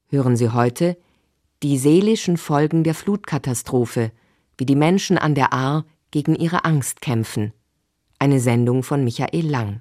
Hören Sie heute die seelischen Folgen der Flutkatastrophe, wie die Menschen an der Ahr gegen ihre Angst kämpfen. Eine Sendung von Michael Lang.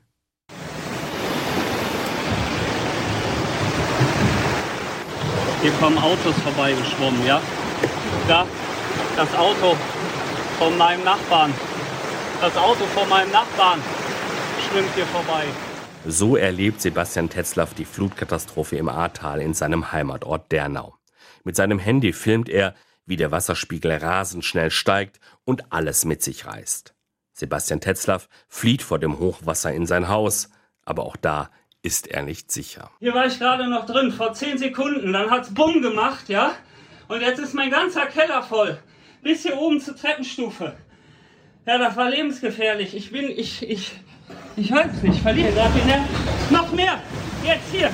Hier kommen Autos vorbeigeschwommen, ja? Da, das Auto von meinem Nachbarn. Das Auto von meinem Nachbarn schwimmt hier vorbei. So erlebt Sebastian Tetzlaff die Flutkatastrophe im Ahrtal in seinem Heimatort Dernau. Mit seinem Handy filmt er, wie der Wasserspiegel rasend schnell steigt und alles mit sich reißt. Sebastian Tetzlaff flieht vor dem Hochwasser in sein Haus, aber auch da ist er nicht sicher. Hier war ich gerade noch drin, vor 10 Sekunden, dann hat's Bumm gemacht, ja? Und jetzt ist mein ganzer Keller voll, bis hier oben zur Treppenstufe. Ja, das war lebensgefährlich. Ich weiß nicht, ich verliere gerade den Nerv. Noch mehr, jetzt hier.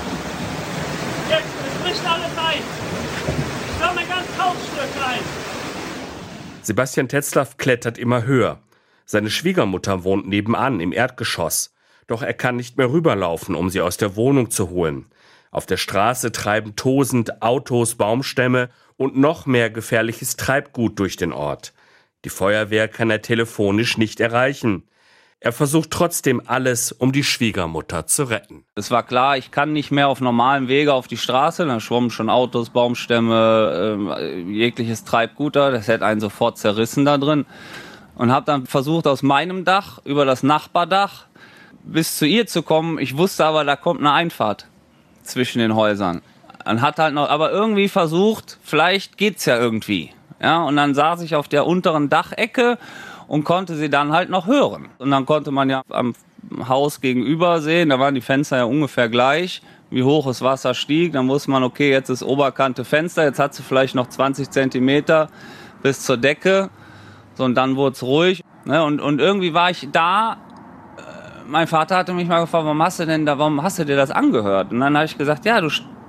Jetzt, es bricht alles ein. Ich glaube, mein ganzes Haus stürzt ein. Sebastian Tetzlaff klettert immer höher. Seine Schwiegermutter wohnt nebenan im Erdgeschoss. Doch er kann nicht mehr rüberlaufen, um sie aus der Wohnung zu holen. Auf der Straße treiben tosend Autos, Baumstämme und noch mehr gefährliches Treibgut durch den Ort. Die Feuerwehr kann er telefonisch nicht erreichen. Er versucht trotzdem alles, um die Schwiegermutter zu retten. Es war klar, ich kann nicht mehr auf normalem Wege auf die Straße. Da schwommen schon Autos, Baumstämme, jegliches Treibgut da. Das hätte einen sofort zerrissen da drin. Und habe dann versucht, aus meinem Dach über das Nachbardach bis zu ihr zu kommen. Ich wusste aber, da kommt eine Einfahrt zwischen den Häusern. Und hat halt noch, aber irgendwie versucht, vielleicht geht's ja irgendwie. Ja, und dann saß ich auf der unteren Dachecke und konnte sie dann halt noch hören. Und dann konnte man ja am Haus gegenüber sehen, da waren die Fenster ja ungefähr gleich, wie hoch das Wasser stieg. Dann wusste man, okay, jetzt ist Oberkante Fenster, jetzt hat sie vielleicht noch 20 Zentimeter bis zur Decke. So, und dann wurde es ruhig. Ne? Und irgendwie war ich da. Mein Vater hatte mich mal gefragt, warum hast du dir das angehört? Und dann habe ich gesagt, ja,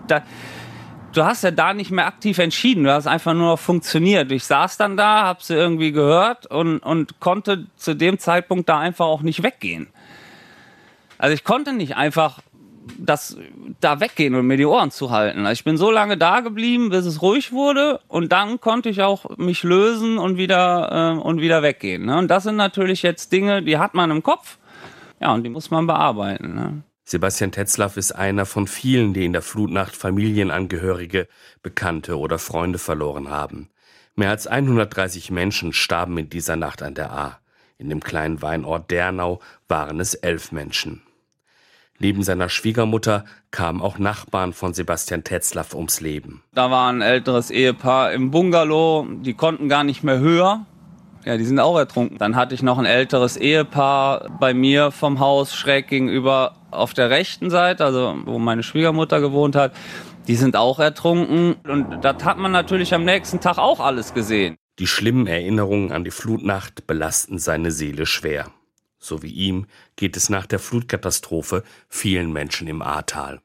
du hast ja da nicht mehr aktiv entschieden, du hast einfach nur funktioniert. Ich saß dann da, habe sie irgendwie gehört und konnte zu dem Zeitpunkt da einfach auch nicht weggehen. Also ich konnte nicht einfach da weggehen und mir die Ohren zuhalten. Also ich bin so lange da geblieben, bis es ruhig wurde und dann konnte ich auch mich lösen und wieder weggehen. Ne? Und das sind natürlich jetzt Dinge, die hat man im Kopf, ja, und die muss man bearbeiten. Ne? Sebastian Tetzlaff ist einer von vielen, die in der Flutnacht Familienangehörige, Bekannte oder Freunde verloren haben. Mehr als 130 Menschen starben in dieser Nacht an der Ahr. In dem kleinen Weinort Dernau waren es 11 Menschen. Neben seiner Schwiegermutter kamen auch Nachbarn von Sebastian Tetzlaff ums Leben. Da war ein älteres Ehepaar im Bungalow, die konnten gar nicht mehr höher. Ja, die sind auch ertrunken. Dann hatte ich noch ein älteres Ehepaar bei mir vom Haus schräg gegenüber auf der rechten Seite, also wo meine Schwiegermutter gewohnt hat. Die sind auch ertrunken und das hat man natürlich am nächsten Tag auch alles gesehen. Die schlimmen Erinnerungen an die Flutnacht belasten seine Seele schwer. So wie ihm geht es nach der Flutkatastrophe vielen Menschen im Ahrtal.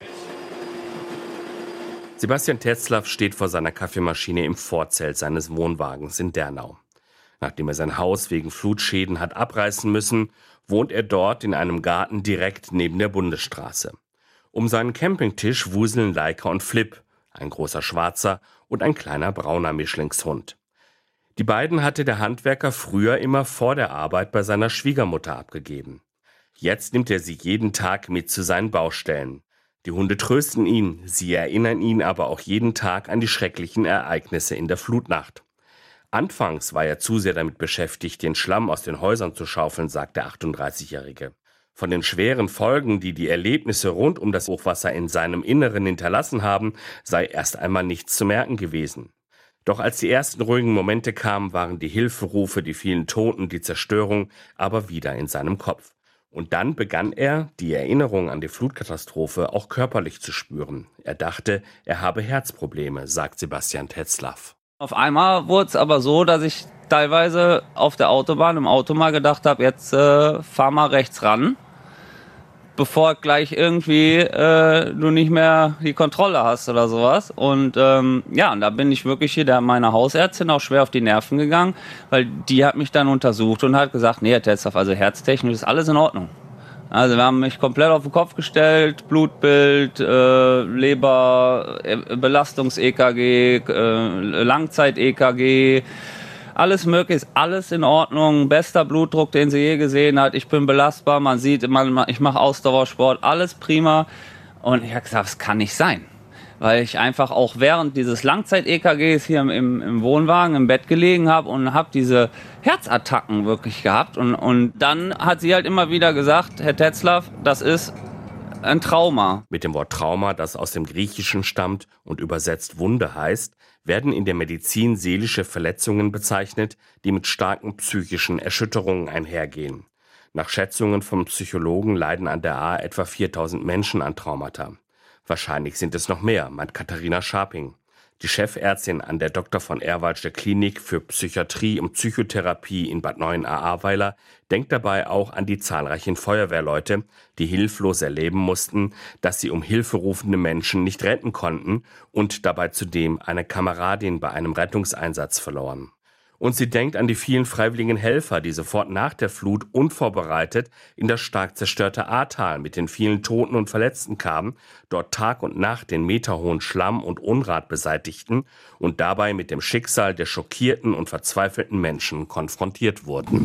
Sebastian Tetzlaff steht vor seiner Kaffeemaschine im Vorzelt seines Wohnwagens in Dernau. Nachdem er sein Haus wegen Flutschäden hat abreißen müssen, wohnt er dort in einem Garten direkt neben der Bundesstraße. Um seinen Campingtisch wuseln Leica und Flip, ein großer schwarzer und ein kleiner brauner Mischlingshund. Die beiden hatte der Handwerker früher immer vor der Arbeit bei seiner Schwiegermutter abgegeben. Jetzt nimmt er sie jeden Tag mit zu seinen Baustellen. Die Hunde trösten ihn, sie erinnern ihn aber auch jeden Tag an die schrecklichen Ereignisse in der Flutnacht. Anfangs war er zu sehr damit beschäftigt, den Schlamm aus den Häusern zu schaufeln, sagt der 38-Jährige. Von den schweren Folgen, die die Erlebnisse rund um das Hochwasser in seinem Inneren hinterlassen haben, sei erst einmal nichts zu merken gewesen. Doch als die ersten ruhigen Momente kamen, waren die Hilferufe, die vielen Toten, die Zerstörung aber wieder in seinem Kopf. Und dann begann er, die Erinnerung an die Flutkatastrophe auch körperlich zu spüren. Er dachte, er habe Herzprobleme, sagt Sebastian Tetzlaff. Auf einmal wurde es aber so, dass ich teilweise auf der Autobahn im Auto mal gedacht habe, jetzt fahr mal rechts ran, bevor gleich irgendwie du nicht mehr die Kontrolle hast oder sowas. Und und da bin ich wirklich hier meiner Hausärztin auch schwer auf die Nerven gegangen, weil die hat mich dann untersucht und hat gesagt, nee, Herr Tetzlaff, also herztechnisch ist alles in Ordnung. Also wir haben mich komplett auf den Kopf gestellt, Blutbild, Leber, Belastungs-EKG, Langzeit-EKG, alles möglich, ist alles in Ordnung, bester Blutdruck, den sie je gesehen hat, ich bin belastbar, man sieht, ich mache Ausdauersport, alles prima. Und ich habe gesagt, das kann nicht sein. Weil ich einfach auch während dieses Langzeit-EKGs hier im Wohnwagen im Bett gelegen habe und habe diese Herzattacken wirklich gehabt. Und dann hat sie halt immer wieder gesagt, Herr Tetzlaff, das ist ein Trauma. Mit dem Wort Trauma, das aus dem Griechischen stammt und übersetzt Wunde heißt, werden in der Medizin seelische Verletzungen bezeichnet, die mit starken psychischen Erschütterungen einhergehen. Nach Schätzungen von Psychologen leiden an der Aar etwa 4000 Menschen an Traumata. Wahrscheinlich sind es noch mehr, meint Katharina Scharping. Die Chefärztin an der Dr. von Erwaldsche Klinik für Psychiatrie und Psychotherapie in Bad Neuenahr-Ahrweiler denkt dabei auch an die zahlreichen Feuerwehrleute, die hilflos erleben mussten, dass sie um Hilfe rufende Menschen nicht retten konnten und dabei zudem eine Kameradin bei einem Rettungseinsatz verloren. Und sie denkt an die vielen freiwilligen Helfer, die sofort nach der Flut unvorbereitet in das stark zerstörte Ahrtal mit den vielen Toten und Verletzten kamen, dort Tag und Nacht den meterhohen Schlamm und Unrat beseitigten und dabei mit dem Schicksal der schockierten und verzweifelten Menschen konfrontiert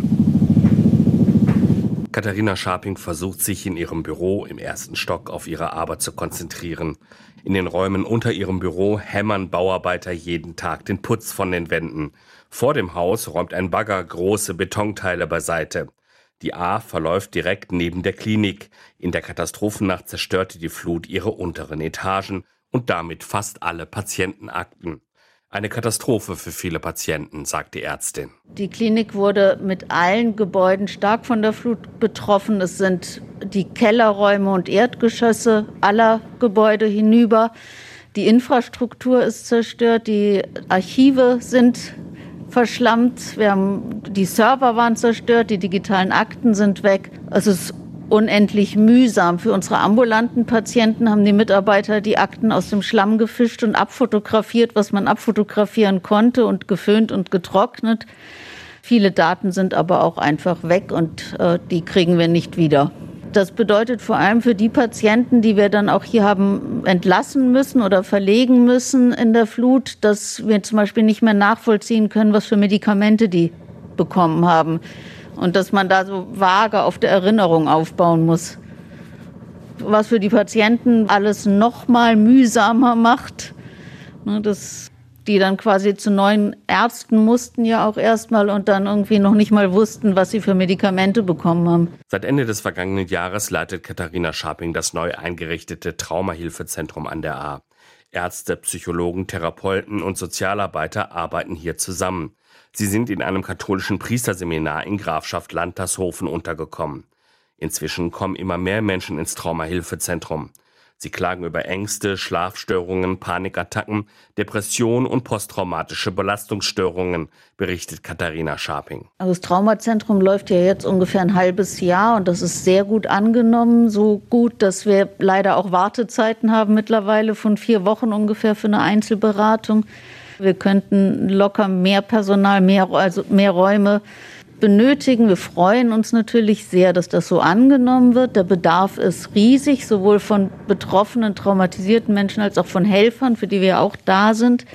wurden. Katharina Scharping versucht sich in ihrem Büro im 1. Stock auf ihre Arbeit zu konzentrieren. In den Räumen unter ihrem Büro hämmern Bauarbeiter jeden Tag den Putz von den Wänden. Vor dem Haus räumt ein Bagger große Betonteile beiseite. Die Ahr verläuft direkt neben der Klinik. In der Katastrophennacht zerstörte die Flut ihre unteren Etagen und damit fast alle Patientenakten. Eine Katastrophe für viele Patienten, sagt die Ärztin. Die Klinik wurde mit allen Gebäuden stark von der Flut betroffen. Es sind die Kellerräume und Erdgeschosse aller Gebäude hinüber. Die Infrastruktur ist zerstört, die Archive sind verschlammt, die Server waren zerstört, die digitalen Akten sind weg. Es ist unendlich mühsam. Für unsere ambulanten Patienten haben die Mitarbeiter die Akten aus dem Schlamm gefischt und abfotografiert, was man abfotografieren konnte und geföhnt und getrocknet. Viele Daten sind aber auch einfach weg und die kriegen wir nicht wieder. Das bedeutet vor allem für die Patienten, die wir dann auch hier haben entlassen müssen oder verlegen müssen in der Flut, dass wir zum Beispiel nicht mehr nachvollziehen können, was für Medikamente die bekommen haben. Und dass man da so vage auf der Erinnerung aufbauen muss. Was für die Patienten alles noch mal mühsamer macht, dass die dann quasi zu neuen Ärzten mussten ja auch erstmal und dann irgendwie noch nicht mal wussten, was sie für Medikamente bekommen haben. Seit Ende des vergangenen Jahres leitet Katharina Scharping das neu eingerichtete Traumahilfezentrum an der Ahr. Ärzte, Psychologen, Therapeuten und Sozialarbeiter arbeiten hier zusammen. Sie sind in einem katholischen Priesterseminar in Grafschaft Lantershofen untergekommen. Inzwischen kommen immer mehr Menschen ins Traumahilfezentrum. Sie klagen über Ängste, Schlafstörungen, Panikattacken, Depressionen und posttraumatische Belastungsstörungen, berichtet Katharina Scharping. Also das Traumazentrum läuft ja jetzt ungefähr ein halbes Jahr und das ist sehr gut angenommen. So gut, dass wir leider auch Wartezeiten haben mittlerweile von 4 Wochen ungefähr für eine Einzelberatung. Wir könnten locker mehr Personal, mehr Räume benötigen. Wir freuen uns natürlich sehr, dass das so angenommen wird. Der Bedarf ist riesig, sowohl von betroffenen, traumatisierten Menschen als auch von Helfern, für die wir auch da sind.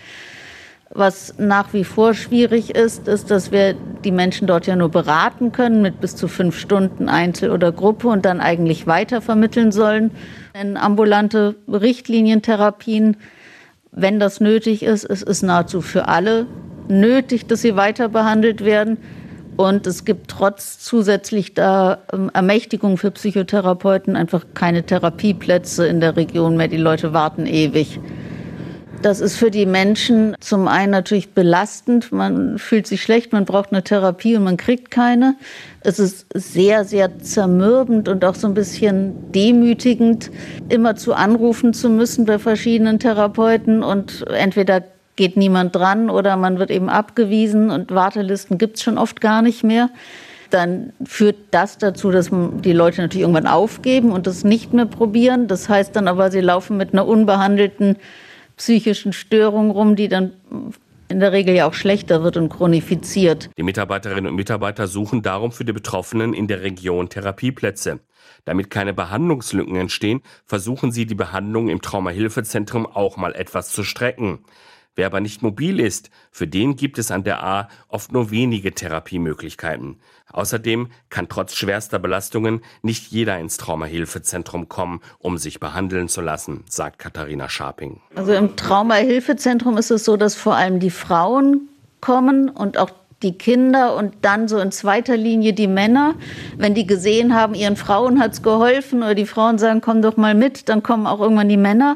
Was nach wie vor schwierig ist, ist, dass wir die Menschen dort ja nur beraten können mit bis zu 5 Stunden Einzel oder Gruppe und dann eigentlich weitervermitteln sollen in ambulante Richtlinientherapien, wenn das nötig ist. Es ist nahezu für alle nötig, dass sie weiter behandelt werden. Und es gibt trotz zusätzlich Ermächtigung für Psychotherapeuten einfach keine Therapieplätze in der Region mehr. Die Leute warten ewig. Das ist für die Menschen zum einen natürlich belastend. Man fühlt sich schlecht, man braucht eine Therapie und man kriegt keine. Es ist sehr, sehr zermürbend und auch so ein bisschen demütigend, immer zu anrufen zu müssen bei verschiedenen Therapeuten und entweder geht niemand dran oder man wird eben abgewiesen und Wartelisten gibt es schon oft gar nicht mehr. Dann führt das dazu, dass die Leute natürlich irgendwann aufgeben und das nicht mehr probieren. Das heißt dann aber, sie laufen mit einer unbehandelten psychischen Störung rum, die dann in der Regel ja auch schlechter wird und chronifiziert. Die Mitarbeiterinnen und Mitarbeiter suchen darum für die Betroffenen in der Region Therapieplätze. Damit keine Behandlungslücken entstehen, versuchen sie, die Behandlung im Traumahilfezentrum auch mal etwas zu strecken. Wer aber nicht mobil ist, für den gibt es an der A oft nur wenige Therapiemöglichkeiten. Außerdem kann trotz schwerster Belastungen nicht jeder ins Traumahilfezentrum kommen, um sich behandeln zu lassen, sagt Katharina Scharping. Also im Traumahilfezentrum ist es so, dass vor allem die Frauen kommen und auch die Kinder und dann so in zweiter Linie die Männer. Wenn die gesehen haben, ihren Frauen hat es geholfen oder die Frauen sagen, komm doch mal mit, dann kommen auch irgendwann die Männer.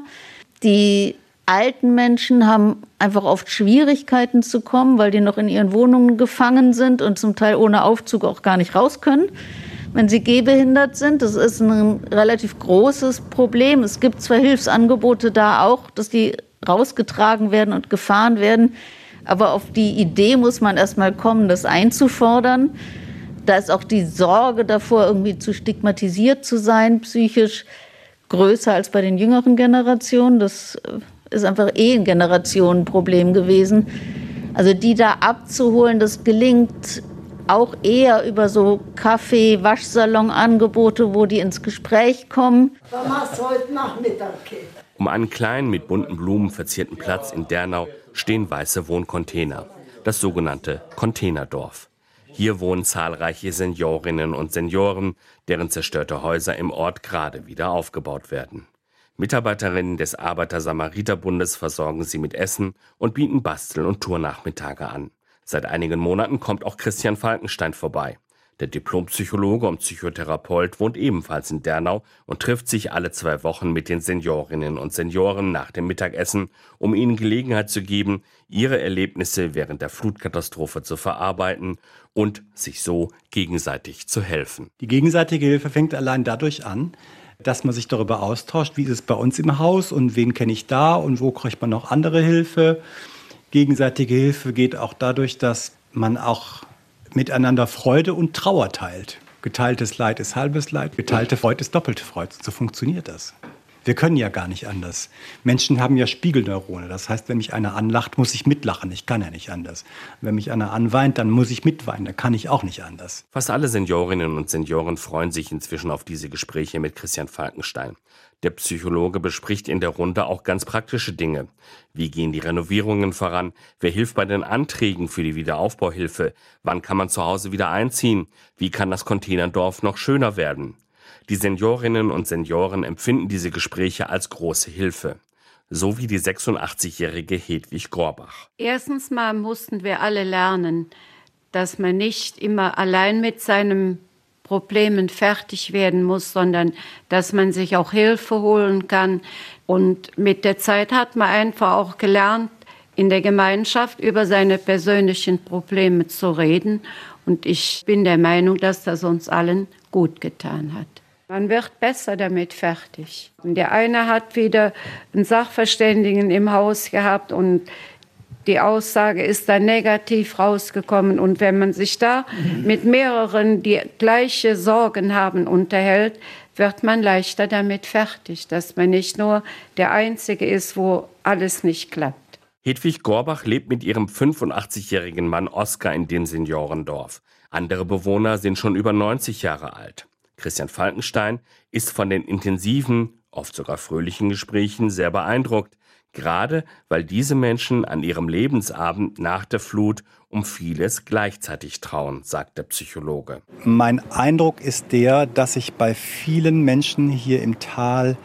Die alten Menschen haben einfach oft Schwierigkeiten zu kommen, weil die noch in ihren Wohnungen gefangen sind und zum Teil ohne Aufzug auch gar nicht raus können, wenn sie gehbehindert sind. Das ist ein relativ großes Problem. Es gibt zwar Hilfsangebote da auch, dass die rausgetragen werden und gefahren werden, aber auf die Idee muss man erst mal kommen, das einzufordern. Da ist auch die Sorge davor, irgendwie zu stigmatisiert zu sein, psychisch größer als bei den jüngeren Generationen. Das ist einfach ein Generationenproblem gewesen. Also die da abzuholen, das gelingt auch eher über so Kaffee-, Waschsalon-Angebote, wo die ins Gespräch kommen. Was machst du heute Nachmittag? Um einen kleinen, mit bunten Blumen verzierten Platz in Dernau stehen weiße Wohncontainer, das sogenannte Containerdorf. Hier wohnen zahlreiche Seniorinnen und Senioren, deren zerstörte Häuser im Ort gerade wieder aufgebaut werden. Mitarbeiterinnen des Arbeiter-Samariter-Bundes versorgen sie mit Essen und bieten Bastel- und Tournachmittage an. Seit einigen Monaten kommt auch Christian Falkenstein vorbei. Der Diplompsychologe und Psychotherapeut wohnt ebenfalls in Dernau und trifft sich alle 2 Wochen mit den Seniorinnen und Senioren nach dem Mittagessen, um ihnen Gelegenheit zu geben, ihre Erlebnisse während der Flutkatastrophe zu verarbeiten und sich so gegenseitig zu helfen. Die gegenseitige Hilfe fängt allein dadurch an, dass man sich darüber austauscht, wie ist es bei uns im Haus und wen kenne ich da und wo kriegt man noch andere Hilfe. Gegenseitige Hilfe geht auch dadurch, dass man auch miteinander Freude und Trauer teilt. Geteiltes Leid ist halbes Leid, geteilte Freude ist doppelte Freude. So funktioniert das. Wir können ja gar nicht anders. Menschen haben ja Spiegelneurone. Das heißt, wenn mich einer anlacht, muss ich mitlachen. Ich kann ja nicht anders. Wenn mich einer anweint, dann muss ich mitweinen. Dann kann ich auch nicht anders. Fast alle Seniorinnen und Senioren freuen sich inzwischen auf diese Gespräche mit Christian Falkenstein. Der Psychologe bespricht in der Runde auch ganz praktische Dinge. Wie gehen die Renovierungen voran? Wer hilft bei den Anträgen für die Wiederaufbauhilfe? Wann kann man zu Hause wieder einziehen? Wie kann das Containerdorf noch schöner werden? Die Seniorinnen und Senioren empfinden diese Gespräche als große Hilfe. So wie die 86-jährige Hedwig Gorbach. Erstens mal mussten wir alle lernen, dass man nicht immer allein mit seinen Problemen fertig werden muss, sondern dass man sich auch Hilfe holen kann. Und mit der Zeit hat man einfach auch gelernt, in der Gemeinschaft über seine persönlichen Probleme zu reden. Und ich bin der Meinung, dass das uns allen gut getan hat. Man wird besser damit fertig. Und der eine hat wieder einen Sachverständigen im Haus gehabt und die Aussage ist dann negativ rausgekommen. Und wenn man sich da mit mehreren, die gleiche Sorgen haben, unterhält, wird man leichter damit fertig, dass man nicht nur der Einzige ist, wo alles nicht klappt. Hedwig Gorbach lebt mit ihrem 85-jährigen Mann Oskar in dem Seniorendorf. Andere Bewohner sind schon über 90 Jahre alt. Christian Falkenstein ist von den intensiven, oft sogar fröhlichen Gesprächen sehr beeindruckt, gerade weil diese Menschen an ihrem Lebensabend nach der Flut um vieles gleichzeitig trauen, sagt der Psychologe. Mein Eindruck ist der, dass sich bei vielen Menschen hier im Tal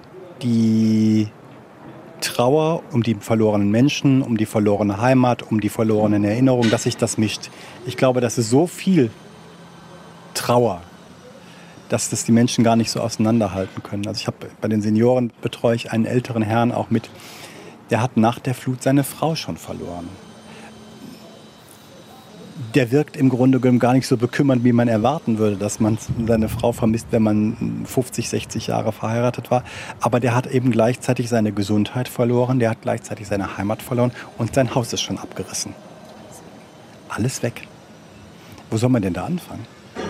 die Trauer um die verlorenen Menschen, um die verlorene Heimat, um die verlorenen Erinnerungen, dass sich das mischt. Ich glaube, das ist so viel Trauer, dass das die Menschen gar nicht so auseinanderhalten können. Also ich habe bei den Senioren betreue ich einen älteren Herrn auch mit, der hat nach der Flut seine Frau schon verloren. Der wirkt im Grunde genommen gar nicht so bekümmert, wie man erwarten würde, dass man seine Frau vermisst, wenn man 50, 60 Jahre verheiratet war. Aber der hat eben gleichzeitig seine Gesundheit verloren, der hat gleichzeitig seine Heimat verloren und sein Haus ist schon abgerissen. Alles weg. Wo soll man denn da anfangen?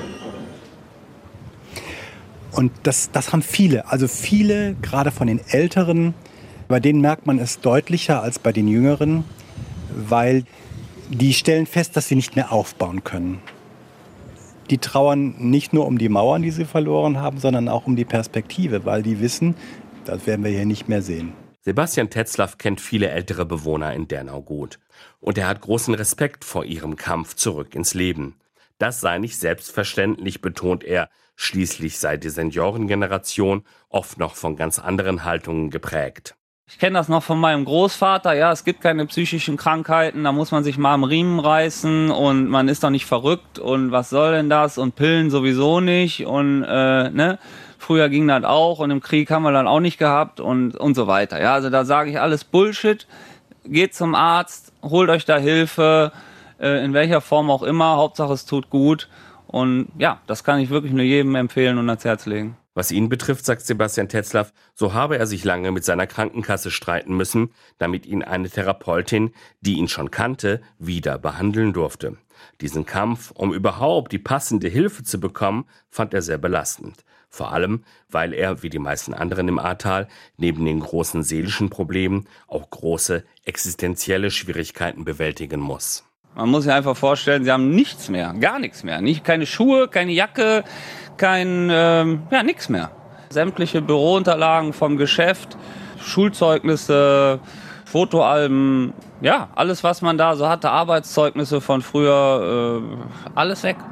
Und das haben viele, also viele, gerade von den Älteren, bei denen merkt man es deutlicher als bei den Jüngeren, weil die stellen fest, dass sie nicht mehr aufbauen können. Die trauern nicht nur um die Mauern, die sie verloren haben, sondern auch um die Perspektive, weil die wissen, das werden wir hier nicht mehr sehen. Sebastian Tetzlaff kennt viele ältere Bewohner in Dernau gut. Und er hat großen Respekt vor ihrem Kampf zurück ins Leben. Das sei nicht selbstverständlich, betont er. Schließlich sei die Seniorengeneration oft noch von ganz anderen Haltungen geprägt. Ich kenne das noch von meinem Großvater. Ja, es gibt keine psychischen Krankheiten, da muss man sich mal am Riemen reißen und man ist doch nicht verrückt und was soll denn das und Pillen sowieso nicht und früher ging das auch und im Krieg haben wir dann auch nicht gehabt und so weiter. Ja, also da sage ich alles Bullshit. Geht zum Arzt, holt euch da Hilfe, in welcher Form auch immer. Hauptsache es tut gut und ja, das kann ich wirklich nur jedem empfehlen und ans Herz legen. Was ihn betrifft, sagt Sebastian Tetzlaff, so habe er sich lange mit seiner Krankenkasse streiten müssen, damit ihn eine Therapeutin, die ihn schon kannte, wieder behandeln durfte. Diesen Kampf, um überhaupt die passende Hilfe zu bekommen, fand er sehr belastend. Vor allem, weil er, wie die meisten anderen im Ahrtal, neben den großen seelischen Problemen auch große existenzielle Schwierigkeiten bewältigen muss. Man muss sich einfach vorstellen, sie haben nichts mehr, gar nichts mehr. Keine Schuhe, keine Jacke, nichts mehr. Sämtliche Bürounterlagen vom Geschäft, Schulzeugnisse, Fotoalben, ja, alles, was man da so hatte, Arbeitszeugnisse von früher, alles weg.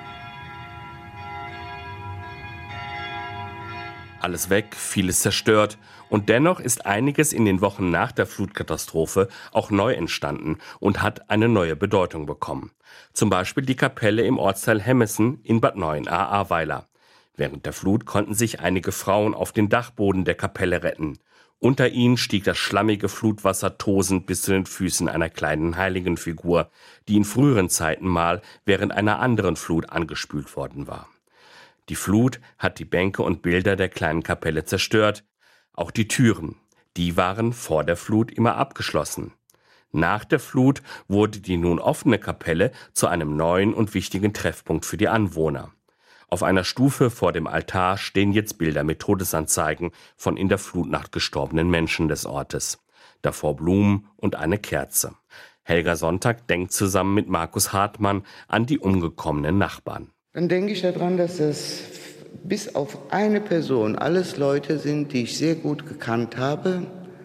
Alles weg, vieles zerstört. Und dennoch ist einiges in den Wochen nach der Flutkatastrophe auch neu entstanden und hat eine neue Bedeutung bekommen. Zum Beispiel die Kapelle im Ortsteil Hemmesen in Bad Neuenahr-Ahrweiler. Während der Flut konnten sich einige Frauen auf den Dachboden der Kapelle retten. Unter ihnen stieg das schlammige Flutwasser tosend bis zu den Füßen einer kleinen Heiligenfigur, die in früheren Zeiten mal während einer anderen Flut angespült worden war. Die Flut hat die Bänke und Bilder der kleinen Kapelle zerstört. Auch die Türen, die waren vor der Flut immer abgeschlossen. Nach der Flut wurde die nun offene Kapelle zu einem neuen und wichtigen Treffpunkt für die Anwohner. Auf einer Stufe vor dem Altar stehen jetzt Bilder mit Todesanzeigen von in der Flutnacht gestorbenen Menschen des Ortes. Davor Blumen und eine Kerze. Helga Sonntag denkt zusammen mit Markus Hartmann an die umgekommenen Nachbarn. Dann denke ich daran, dass das bis auf eine Person alles Leute sind, die ich sehr gut gekannt habe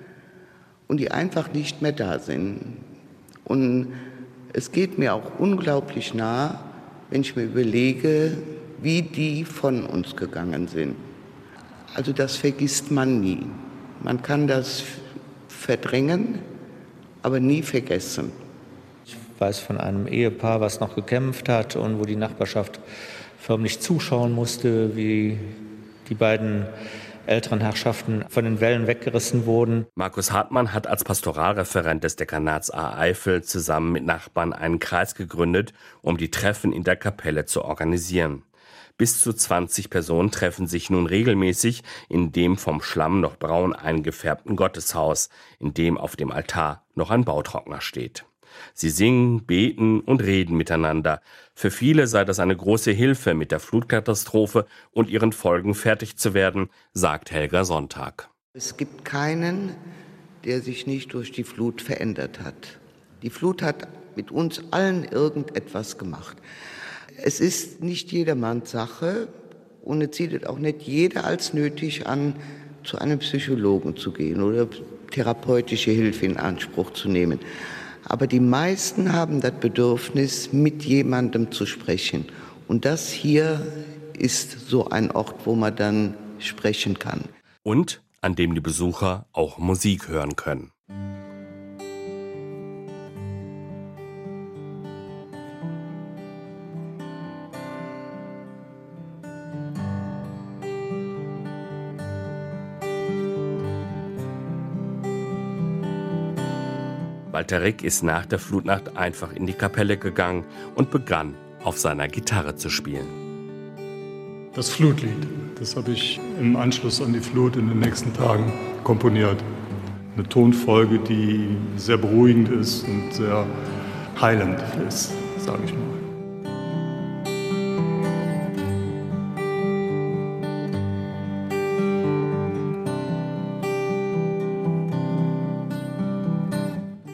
und die einfach nicht mehr da sind. Und es geht mir auch unglaublich nah, wenn ich mir überlege, wie die von uns gegangen sind. Also das vergisst man nie. Man kann das verdrängen, aber nie vergessen. Ich weiß von einem Ehepaar, was noch gekämpft hat und wo die Nachbarschaft förmlich zuschauen musste, wie die beiden älteren Herrschaften von den Wellen weggerissen wurden. Markus Hartmann hat als Pastoralreferent des Dekanats Ahr-Eifel zusammen mit Nachbarn einen Kreis gegründet, um die Treffen in der Kapelle zu organisieren. Bis zu 20 Personen treffen sich nun regelmäßig in dem vom Schlamm noch braun eingefärbten Gotteshaus, in dem auf dem Altar noch ein Bautrockner steht. Sie singen, beten und reden miteinander. Für viele sei das eine große Hilfe, mit der Flutkatastrophe und ihren Folgen fertig zu werden, sagt Helga Sonntag. Es gibt keinen, der sich nicht durch die Flut verändert hat. Die Flut hat mit uns allen irgendetwas gemacht. Es ist nicht jedermanns Sache und es sieht auch nicht jeder als nötig an, zu einem Psychologen zu gehen oder therapeutische Hilfe in Anspruch zu nehmen. Aber die meisten haben das Bedürfnis, mit jemandem zu sprechen. Und das hier ist so ein Ort, wo man dann sprechen kann. Und an dem die Besucher auch Musik hören können. Walter Rick ist nach der Flutnacht einfach in die Kapelle gegangen und begann, auf seiner Gitarre zu spielen. Das Flutlied, das habe ich im Anschluss an die Flut in den nächsten Tagen komponiert. Eine Tonfolge, die sehr beruhigend ist und sehr heilend ist, sage ich mal.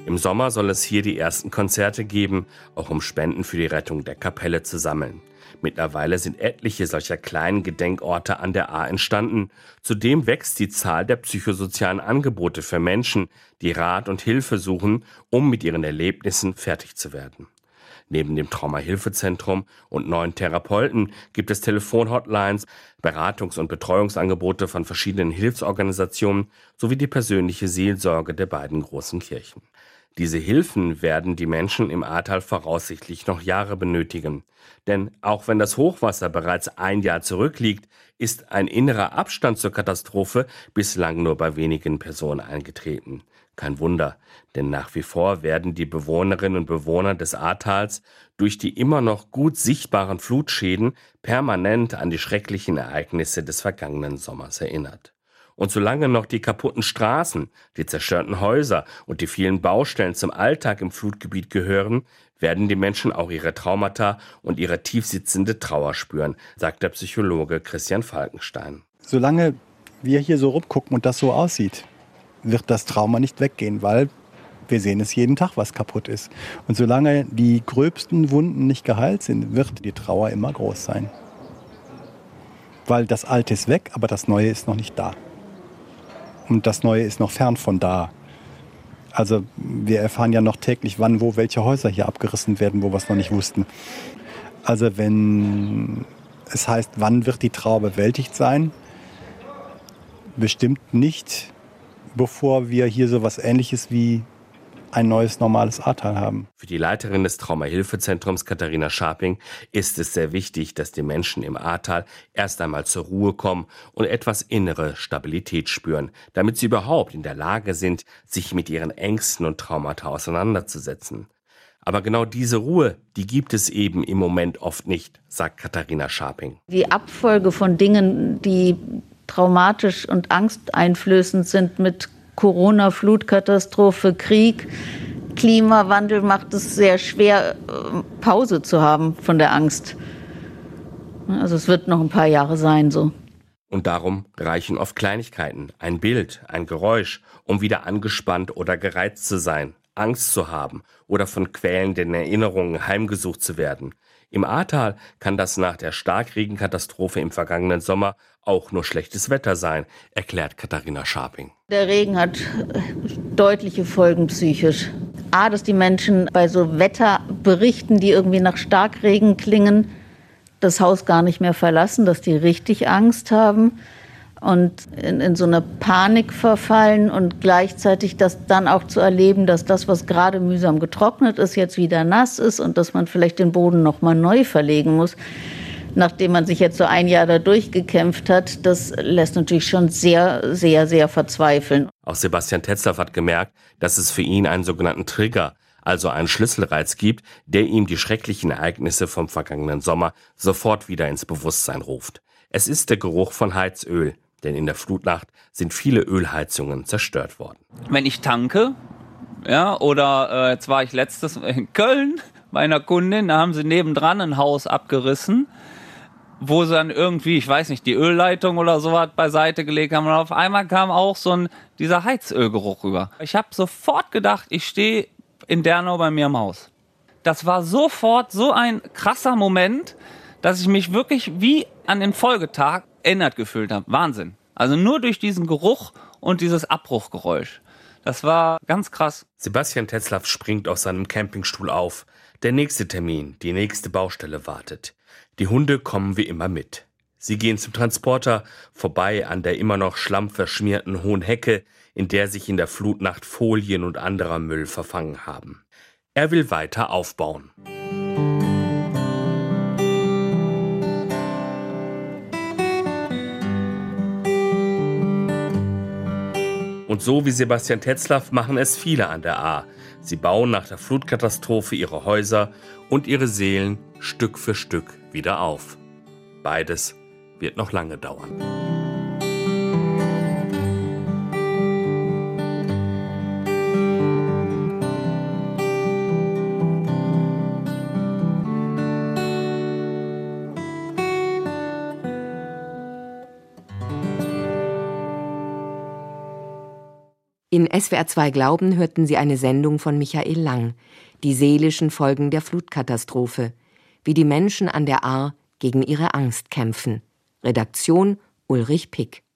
Im Sommer soll es hier die ersten Konzerte geben, auch um Spenden für die Rettung der Kapelle zu sammeln. Mittlerweile sind etliche solcher kleinen Gedenkorte an der Ahr entstanden. Zudem wächst die Zahl der psychosozialen Angebote für Menschen, die Rat und Hilfe suchen, um mit ihren Erlebnissen fertig zu werden. Neben dem Traumahilfezentrum und 9 Therapeuten gibt es Telefonhotlines, Beratungs- und Betreuungsangebote von verschiedenen Hilfsorganisationen sowie die persönliche Seelsorge der beiden großen Kirchen. Diese Hilfen werden die Menschen im Ahrtal voraussichtlich noch Jahre benötigen. Denn auch wenn das Hochwasser bereits ein Jahr zurückliegt, ist ein innerer Abstand zur Katastrophe bislang nur bei wenigen Personen eingetreten. Kein Wunder, denn nach wie vor werden die Bewohnerinnen und Bewohner des Ahrtals durch die immer noch gut sichtbaren Flutschäden permanent an die schrecklichen Ereignisse des vergangenen Sommers erinnert. Und solange noch die kaputten Straßen, die zerstörten Häuser und die vielen Baustellen zum Alltag im Flutgebiet gehören, werden die Menschen auch ihre Traumata und ihre tiefsitzende Trauer spüren, sagt der Psychologe Christian Falkenstein. Solange wir hier so rumgucken und das so aussieht, wird das Trauma nicht weggehen, weil wir sehen es jeden Tag, was kaputt ist. Und solange die gröbsten Wunden nicht geheilt sind, wird die Trauer immer groß sein. Weil das Alte ist weg, aber das Neue ist noch nicht da. Und das Neue ist noch fern von da. Also wir erfahren ja noch täglich, wann, wo, welche Häuser hier abgerissen werden, wo wir es noch nicht wussten. Also wenn es heißt, wann wird die Trauer bewältigt sein, bestimmt nicht, bevor wir hier so was Ähnliches wie ein neues, normales Ahrtal haben. Für die Leiterin des Traumahilfezentrums Katharina Scharping ist es sehr wichtig, dass die Menschen im Ahrtal erst einmal zur Ruhe kommen und etwas innere Stabilität spüren, damit sie überhaupt in der Lage sind, sich mit ihren Ängsten und Traumata auseinanderzusetzen. Aber genau diese Ruhe, die gibt es eben im Moment oft nicht, sagt Katharina Scharping. Die Abfolge von Dingen, die traumatisch und angsteinflößend sind mit Corona, Flutkatastrophe, Krieg, Klimawandel, macht es sehr schwer, Pause zu haben von der Angst. Also es wird noch ein paar Jahre sein so. Und darum reichen oft Kleinigkeiten, ein Bild, ein Geräusch, um wieder angespannt oder gereizt zu sein, Angst zu haben oder von quälenden Erinnerungen heimgesucht zu werden. Im Ahrtal kann das nach der Starkregenkatastrophe im vergangenen Sommer auch nur schlechtes Wetter sein, erklärt Katharina Scharping. Der Regen hat deutliche Folgen psychisch. Dass die Menschen bei so Wetterberichten, die irgendwie nach Starkregen klingen, das Haus gar nicht mehr verlassen, dass die richtig Angst haben und in so eine Panik verfallen und gleichzeitig das dann auch zu erleben, dass das, was gerade mühsam getrocknet ist, jetzt wieder nass ist und dass man vielleicht den Boden noch mal neu verlegen muss, nachdem man sich jetzt so ein Jahr da durchgekämpft hat, das lässt natürlich schon sehr, sehr, sehr verzweifeln. Auch Sebastian Tetzlaff hat gemerkt, dass es für ihn einen sogenannten Trigger, also einen Schlüsselreiz gibt, der ihm die schrecklichen Ereignisse vom vergangenen Sommer sofort wieder ins Bewusstsein ruft. Es ist der Geruch von Heizöl, denn in der Flutnacht sind viele Ölheizungen zerstört worden. Wenn ich tanke, ja, oder jetzt war ich letztes in Köln bei einer Kundin, da haben sie nebendran ein Haus abgerissen, wo sie dann irgendwie, ich weiß nicht, die Ölleitung oder sowas beiseite gelegt haben und auf einmal kam auch dieser Heizölgeruch rüber. Ich habe sofort gedacht, ich stehe in Dernau bei mir im Haus. Das war sofort so ein krasser Moment, dass ich mich wirklich wie an den Folgetag erinnert gefühlt habe. Wahnsinn. Also nur durch diesen Geruch und dieses Abbruchgeräusch. Das war ganz krass. Sebastian Tetzlaff springt aus seinem Campingstuhl auf. Der nächste Termin, die nächste Baustelle wartet. Die Hunde kommen wie immer mit. Sie gehen zum Transporter, vorbei an der immer noch schlammverschmierten hohen Hecke, in der sich in der Flutnacht Folien und anderer Müll verfangen haben. Er will weiter aufbauen. Und so wie Sebastian Tetzlaff machen es viele an der Ahr. Sie bauen nach der Flutkatastrophe ihre Häuser und ihre Seelen Stück für Stück wieder auf. Beides wird noch lange dauern. In SWR 2 Glauben hörten Sie eine Sendung von Michael Lang, die seelischen Folgen der Flutkatastrophe, wie die Menschen an der Ahr gegen ihre Angst kämpfen. Redaktion Ulrich Pick.